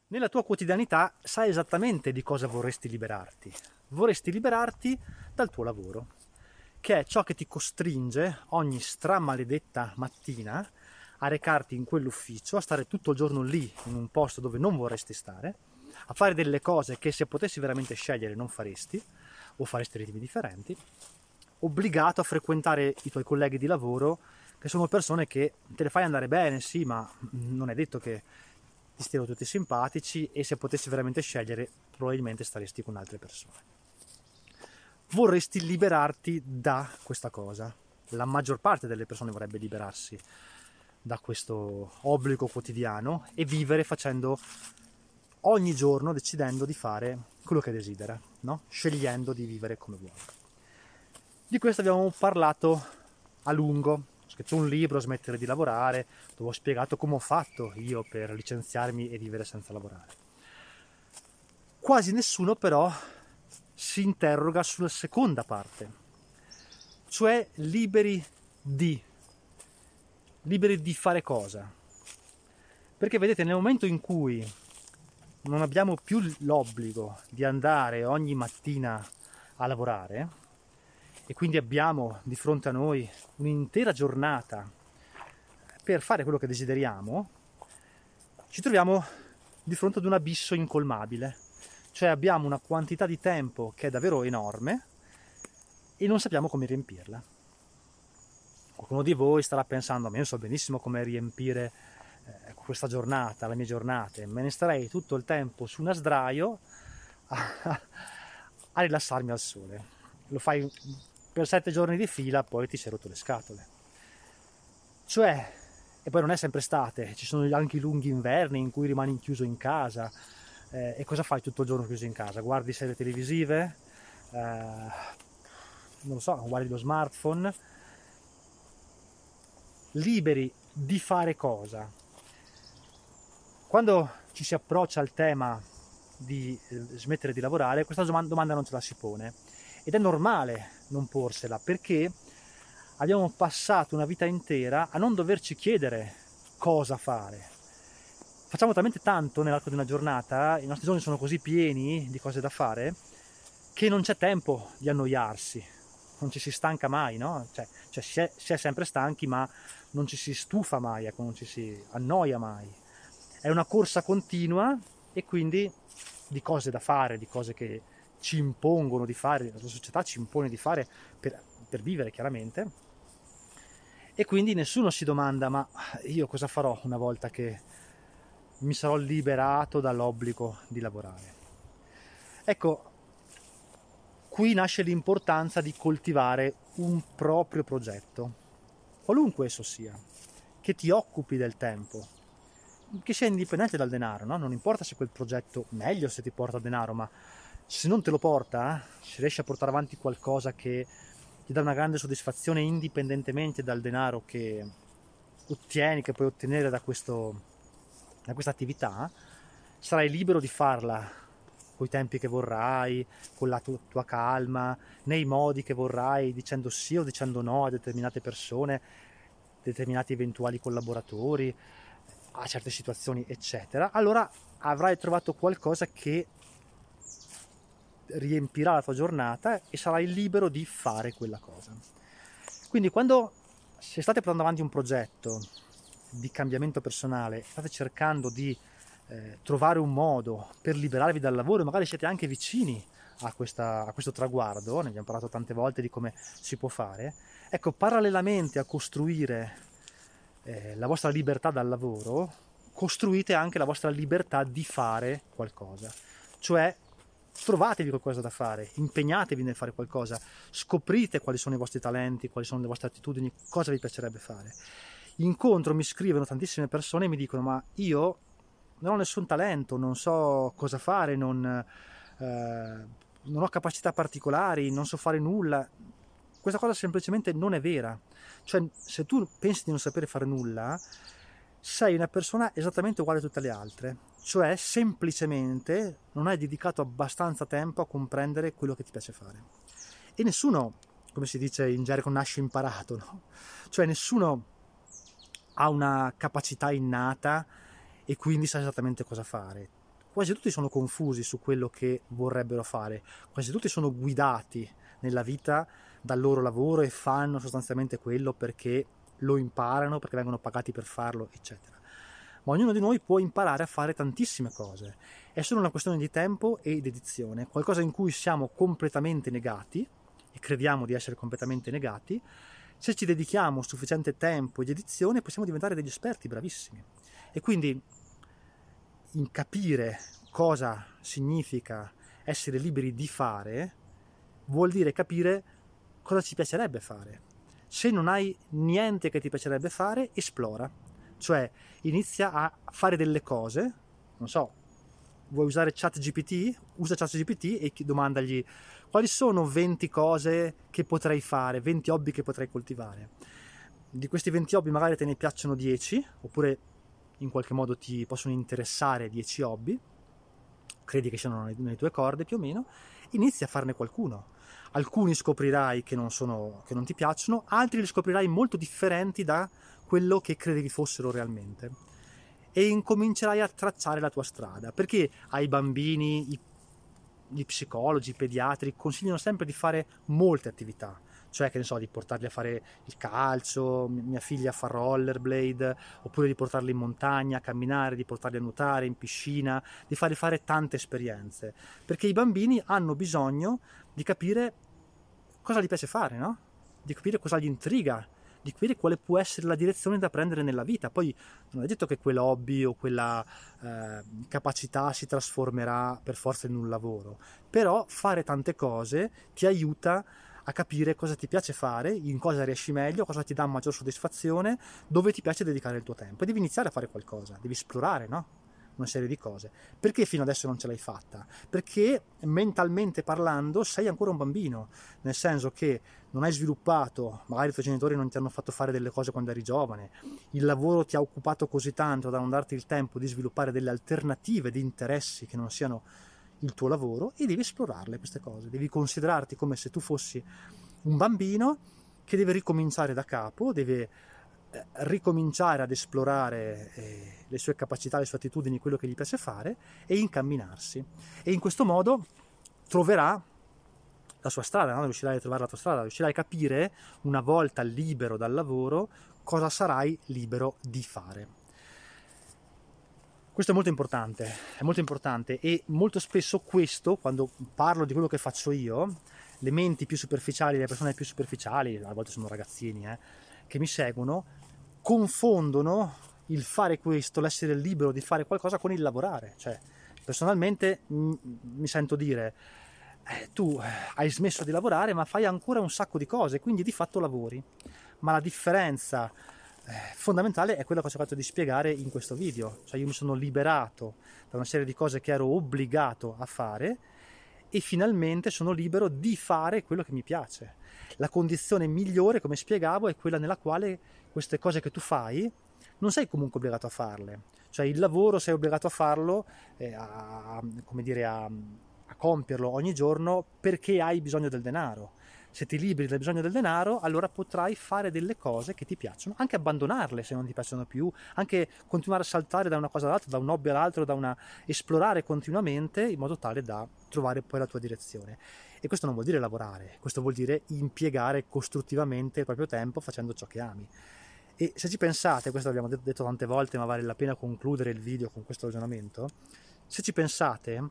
Nella tua quotidianità sai esattamente di cosa vorresti liberarti. Vorresti liberarti dal tuo lavoro, che è ciò che ti costringe ogni stramaledetta mattina a recarti in quell'ufficio, a stare tutto il giorno lì, in un posto dove non vorresti stare, a fare delle cose che se potessi veramente scegliere non faresti, o faresti ritmi differenti, obbligato a frequentare i tuoi colleghi di lavoro, che sono persone che te le fai andare bene, sì, ma non è detto che ti stiano tutti simpatici, e se potessi veramente scegliere probabilmente staresti con altre persone. Vorresti liberarti da questa cosa. La maggior parte delle persone vorrebbe liberarsi da questo obbligo quotidiano e vivere facendo ogni giorno, decidendo di fare quello che desidera, no? Scegliendo di vivere come vuole. Di questo abbiamo parlato a lungo. Ho scritto un libro, Smettere di lavorare, dove ho spiegato come ho fatto io per licenziarmi e vivere senza lavorare. Quasi nessuno però si interroga sulla seconda parte, cioè liberi di fare cosa? Perché vedete, nel momento in cui non abbiamo più l'obbligo di andare ogni mattina a lavorare, e quindi abbiamo di fronte a noi un'intera giornata per fare quello che desideriamo, ci troviamo di fronte ad un abisso incolmabile. Cioè abbiamo una quantità di tempo che è davvero enorme e non sappiamo come riempirla. Qualcuno di voi starà pensando: ma io so benissimo come riempire questa giornata, le mie giornate, me ne starei tutto il tempo su una sdraio a rilassarmi al sole. Lo fai per 7 giorni di fila, poi ti sei rotto le scatole. Cioè, e poi non è sempre estate, ci sono anche i lunghi inverni in cui rimani chiuso in casa. E cosa fai tutto il giorno chiuso in casa? Guardi serie televisive? Non lo so, guardi lo smartphone? Liberi di fare cosa? Quando ci si approccia al tema di smettere di lavorare, questa domanda non ce la si pone. Ed è normale non porsela, perché abbiamo passato una vita intera a non doverci chiedere cosa fare. Facciamo talmente tanto nell'arco di una giornata, i nostri giorni sono così pieni di cose da fare, che non c'è tempo di annoiarsi, non ci si stanca mai, no? Cioè si è sempre stanchi, ma non ci si stufa mai, ecco, non ci si annoia mai. È una corsa continua, e quindi di cose da fare, di cose che ci impongono di fare, la società ci impone di fare per vivere, chiaramente. E quindi nessuno si domanda: ma io cosa farò una volta che mi sarò liberato dall'obbligo di lavorare? Ecco, qui nasce l'importanza di coltivare un proprio progetto, qualunque esso sia, che ti occupi del tempo, che sia indipendente dal denaro, no? Non importa se quel progetto, meglio se ti porta denaro, ma se non te lo porta, se riesci a portare avanti qualcosa che ti dà una grande soddisfazione indipendentemente dal denaro che ottieni, che puoi ottenere da questa attività, sarai libero di farla coi tempi che vorrai, con la tua calma, nei modi che vorrai, dicendo sì o dicendo no a determinate persone, determinati eventuali collaboratori, a certe situazioni, eccetera. Allora avrai trovato qualcosa che riempirà la tua giornata e sarai libero di fare quella cosa. Quindi se state portando avanti un progetto di cambiamento personale, state cercando di trovare un modo per liberarvi dal lavoro, e magari siete anche vicini a questo traguardo, ne abbiamo parlato tante volte di come si può fare, ecco, parallelamente a costruire la vostra libertà dal lavoro, costruite anche la vostra libertà di fare qualcosa. Cioè, trovatevi qualcosa da fare, impegnatevi nel fare qualcosa, scoprite quali sono i vostri talenti, quali sono le vostre attitudini, cosa vi piacerebbe fare. Mi scrivono tantissime persone e mi dicono: ma io non ho nessun talento, non so cosa fare, non ho capacità particolari, non so fare nulla. Questa cosa semplicemente non è vera. Cioè, se tu pensi di non sapere fare nulla, sei una persona esattamente uguale a tutte le altre. Cioè, semplicemente non hai dedicato abbastanza tempo a comprendere quello che ti piace fare. E nessuno, come si dice in gergo, nasce imparato, no? Cioè, nessuno ha una capacità innata e quindi sa esattamente cosa fare. quasi tutti sono confusi su quello che vorrebbero fare, quasi tutti sono guidati nella vita dal loro lavoro e fanno sostanzialmente quello perché lo imparano, perché vengono pagati per farlo, eccetera. Ma ognuno di noi può imparare a fare tantissime cose, è solo una questione di tempo e dedizione, qualcosa in cui siamo completamente negati e crediamo di essere completamente negati. Se ci dedichiamo sufficiente tempo e dedizione possiamo diventare degli esperti bravissimi. E quindi in capire cosa significa essere liberi di fare vuol dire capire cosa ci piacerebbe fare. Se non hai niente che ti piacerebbe fare, esplora, cioè inizia a fare delle cose, non so, vuoi usare ChatGPT? Usa ChatGPT e domandagli quali sono 20 cose che potrei fare, 20 hobby che potrei coltivare. Di questi 20 hobby magari te ne piacciono 10, oppure in qualche modo ti possono interessare 10 hobby, credi che siano nelle tue corde più o meno, inizi a farne qualcuno. Alcuni scoprirai che non ti piacciono, altri li scoprirai molto differenti da quello che credevi fossero realmente. E incomincerai a tracciare la tua strada, perché ai bambini, gli psicologi, i pediatri consigliano sempre di fare molte attività, cioè che ne so, di portarli a fare il calcio, mia figlia a fare rollerblade, oppure di portarli in montagna a camminare, di portarli a nuotare in piscina, di farli fare tante esperienze, perché i bambini hanno bisogno di capire cosa gli piace fare, no? Di capire cosa gli intriga, di capire quale può essere la direzione da prendere nella vita. Poi non è detto che quell'hobby o quella capacità si trasformerà per forza in un lavoro, però fare tante cose ti aiuta a capire cosa ti piace fare, in cosa riesci meglio, cosa ti dà maggior soddisfazione, dove ti piace dedicare il tuo tempo. E devi iniziare a fare qualcosa, devi esplorare, no? Una serie di cose. Perché fino adesso non ce l'hai fatta? Perché mentalmente parlando sei ancora un bambino, nel senso che non hai sviluppato, magari i tuoi genitori non ti hanno fatto fare delle cose quando eri giovane, il lavoro ti ha occupato così tanto da non darti il tempo di sviluppare delle alternative di interessi che non siano il tuo lavoro, e devi esplorarle queste cose, devi considerarti come se tu fossi un bambino che deve ricominciare da capo, deve ricominciare ad esplorare le sue capacità, le sue attitudini, quello che gli piace fare, e incamminarsi. E in questo modo troverà la sua strada, no? Riuscirai a trovare la tua strada, riuscirai a capire, una volta libero dal lavoro, cosa sarai libero di fare. Questo è molto importante, e molto spesso questo, quando parlo di quello che faccio io, le menti più superficiali, le persone più superficiali, a volte sono ragazzini, che mi seguono, confondono il fare questo, l'essere libero di fare qualcosa, con il lavorare. Cioè, personalmente mi sento dire tu hai smesso di lavorare ma fai ancora un sacco di cose, quindi di fatto lavori. Ma la differenza fondamentale è quella che ho cercato di spiegare in questo video, cioè io mi sono liberato da una serie di cose che ero obbligato a fare e finalmente sono libero di fare quello che mi piace. La condizione migliore, come spiegavo, è quella nella quale queste cose che tu fai non sei comunque obbligato a farle, cioè il lavoro sei obbligato a farlo, a compierlo ogni giorno perché hai bisogno del denaro. Se ti liberi dal bisogno del denaro, allora potrai fare delle cose che ti piacciono, anche abbandonarle se non ti piacciono più, anche continuare a saltare da una cosa all'altra, da un hobby all'altro, esplorare continuamente in modo tale da trovare poi la tua direzione. E questo non vuol dire lavorare, questo vuol dire impiegare costruttivamente il proprio tempo facendo ciò che ami. E se ci pensate, questo l'abbiamo detto tante volte, ma vale la pena concludere il video con questo ragionamento, se ci pensate,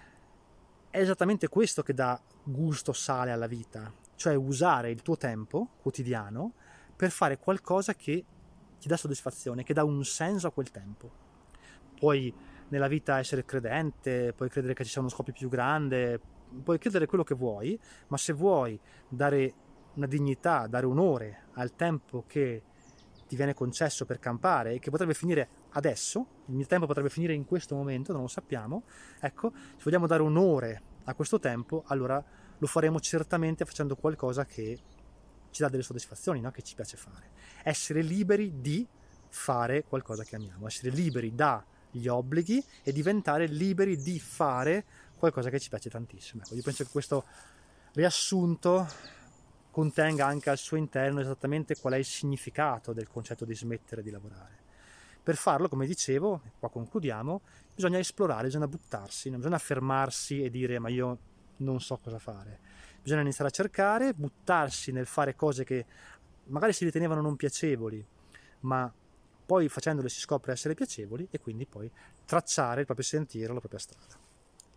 è esattamente questo che dà gusto, sale alla vita, cioè usare il tuo tempo quotidiano per fare qualcosa che ti dà soddisfazione, che dà un senso a quel tempo. Puoi nella vita essere credente, puoi credere che ci sia uno scopo più grande, puoi credere quello che vuoi, ma se vuoi dare una dignità, dare onore al tempo che ti viene concesso per campare e che potrebbe finire adesso, il mio tempo potrebbe finire in questo momento, non lo sappiamo, ecco, se vogliamo dare onore a questo tempo, allora lo faremo certamente facendo qualcosa che ci dà delle soddisfazioni, no? Che ci piace fare. Essere liberi di fare qualcosa che amiamo, essere liberi dagli obblighi e diventare liberi di fare qualcosa che ci piace tantissimo. Ecco, io penso che questo riassunto contenga anche al suo interno esattamente qual è il significato del concetto di smettere di lavorare. per farlo, come dicevo, qua concludiamo, bisogna esplorare, bisogna buttarsi, non bisogna fermarsi e dire ma io non so cosa fare. Bisogna iniziare a cercare, buttarsi nel fare cose che magari si ritenevano non piacevoli, ma poi facendole si scopre essere piacevoli, e quindi poi tracciare il proprio sentiero, la propria strada.